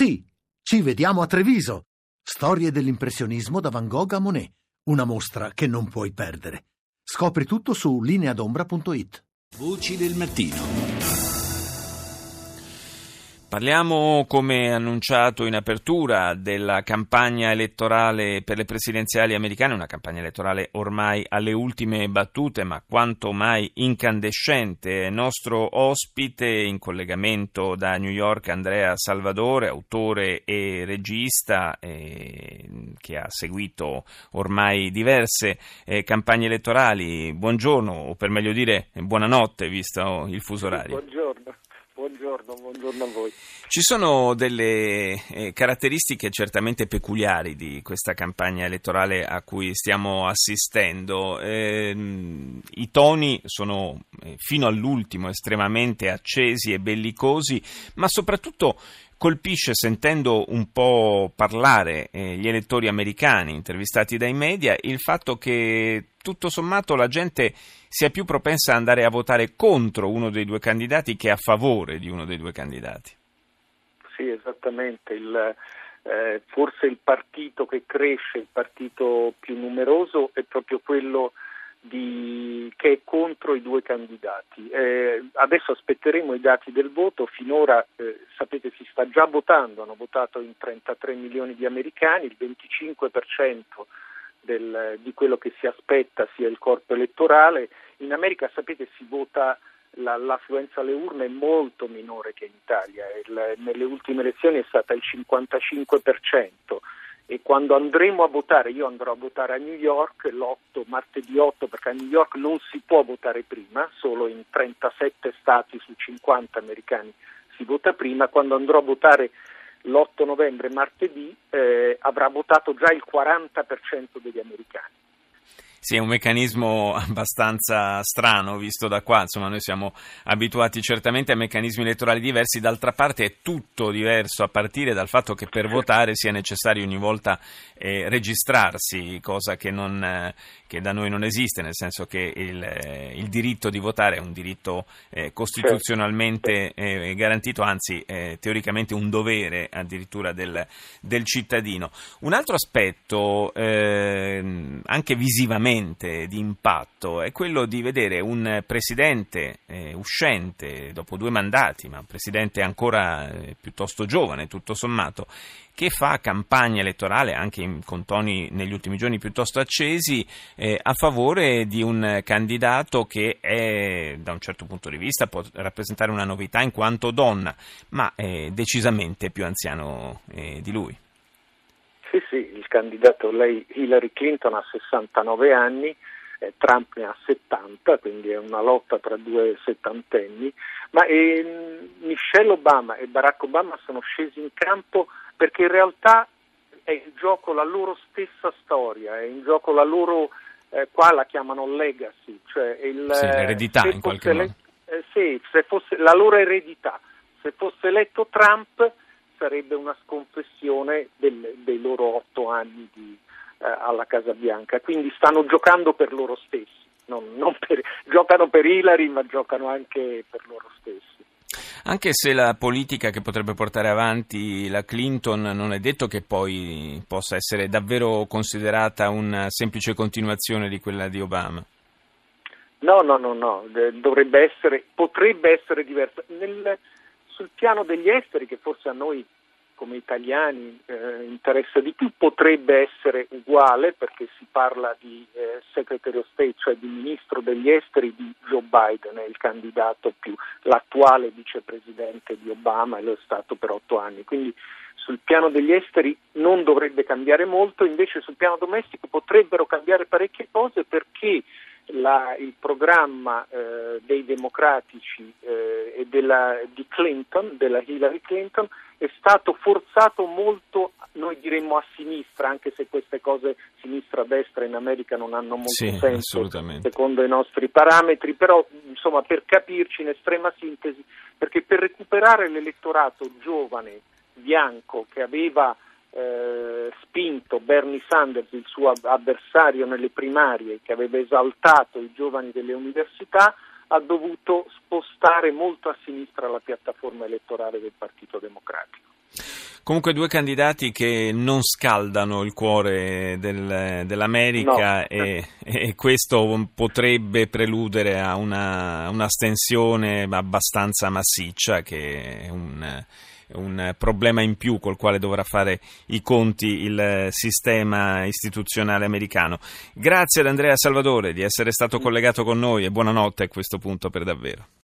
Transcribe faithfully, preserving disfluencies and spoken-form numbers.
Sì, ci vediamo a Treviso. Storie dell'impressionismo da Van Gogh a Monet. Una mostra che non puoi perdere. Scopri tutto su lineadombra punto it. Voci del mattino. Parliamo, come annunciato in apertura, della campagna elettorale per le presidenziali americane, una campagna elettorale ormai alle ultime battute, ma quanto mai incandescente. Nostro ospite in collegamento da New York, Andrea Salvadore, autore e regista, eh, che ha seguito ormai diverse eh, campagne elettorali. Buongiorno, o per meglio dire buonanotte, visto il fuso orario. Buongiorno. Buongiorno, buongiorno a voi. Ci sono delle eh, caratteristiche certamente peculiari di questa campagna elettorale a cui stiamo assistendo. Eh, I toni sono eh, fino all'ultimo estremamente accesi e bellicosi, ma soprattutto colpisce, sentendo un po' parlare eh, gli elettori americani intervistati dai media, il fatto che tutto sommato la gente sia più propensa ad andare a votare contro uno dei due candidati che a favore di uno dei due candidati. Sì, esattamente. Il, eh, forse il partito che cresce, il partito più numeroso, è proprio quello di, che è contro i due candidati. Eh, adesso aspetteremo i dati del voto. Finora, eh, sapete, si sta già votando, hanno votato in trentatré milioni di americani, il venticinque per cento del, di quello che si aspetta sia il corpo elettorale. In America, sapete, si vota, la, l'affluenza alle urne è molto minore che in Italia. Il, nelle ultime elezioni è stata il cinquantacinque per cento. E quando andremo a votare, io andrò a votare a New York l'otto, martedì otto, perché a New York non si può votare prima, solo in trentasette stati su cinquanta americani si vota prima. Quando andrò a votare l'otto novembre, martedì, eh, avrà votato già il quaranta per cento degli americani. Sì, è un meccanismo abbastanza strano visto da qua, insomma noi siamo abituati certamente a meccanismi elettorali diversi, d'altra parte è tutto diverso a partire dal fatto che per votare sia necessario ogni volta eh, registrarsi, cosa che, non, eh, che da noi non esiste, nel senso che il, eh, il diritto di votare è un diritto eh, costituzionalmente eh, garantito, anzi eh, teoricamente un dovere addirittura del, del cittadino. Un altro aspetto eh, anche visivamente di impatto è quello di vedere un presidente eh, uscente dopo due mandati, ma un presidente ancora eh, piuttosto giovane tutto sommato, che fa campagna elettorale anche in, con toni negli ultimi giorni piuttosto accesi eh, a favore di un candidato che è, da un certo punto di vista, può rappresentare una novità in quanto donna, ma è decisamente più anziano eh, di lui. Sì, sì, il candidato, lei, Hillary Clinton, ha sessantanove anni, eh, Trump ne ha settanta, quindi è una lotta tra due settantenni, ma eh, Michelle Obama e Barack Obama sono scesi in campo perché in realtà è in gioco la loro stessa storia, è in gioco la loro, eh, qua la chiamano legacy, cioè il, sì, l'eredità in qualche modo. Eh, sì, se fosse la loro eredità. Se fosse eletto Trump sarebbe una sconfessione del, dei loro otto anni di, eh, alla Casa Bianca, quindi stanno giocando per loro stessi, non, non per, giocano per Hillary ma giocano anche per loro stessi. Anche se la politica che potrebbe portare avanti la Clinton non è detto che poi possa essere davvero considerata una semplice continuazione di quella di Obama. No, no, no, no, dovrebbe essere, potrebbe essere diversa. Nel, sul piano degli esteri, che forse a noi come italiani eh, interessa di più, potrebbe essere uguale, perché si parla di eh, Secretary of State, cioè di ministro degli esteri di Joe Biden, è il candidato più, l'attuale vicepresidente di Obama, e lo è stato per otto anni, quindi sul piano degli esteri non dovrebbe cambiare molto, invece sul piano domestico potrebbero cambiare parecchie cose, perché La, il programma eh, dei democratici eh, e della, di Clinton, della Hillary Clinton, è stato forzato molto, noi diremmo a sinistra, anche se queste cose sinistra-destra in America non hanno molto sì, senso secondo i nostri parametri, però insomma per capirci in estrema sintesi, perché per recuperare l'elettorato giovane, bianco, che aveva Eh, spinto Bernie Sanders, il suo avversario nelle primarie, che aveva esaltato i giovani delle università, ha dovuto spostare molto a sinistra la piattaforma elettorale del Partito Democratico. Comunque due candidati che non scaldano il cuore del, dell'America no. e, e questo potrebbe preludere a una, un'astensione abbastanza massiccia, che è un, un problema in più col quale dovrà fare i conti il sistema istituzionale americano. Grazie ad Andrea Salvadore di essere stato collegato con noi e buonanotte a questo punto per davvero.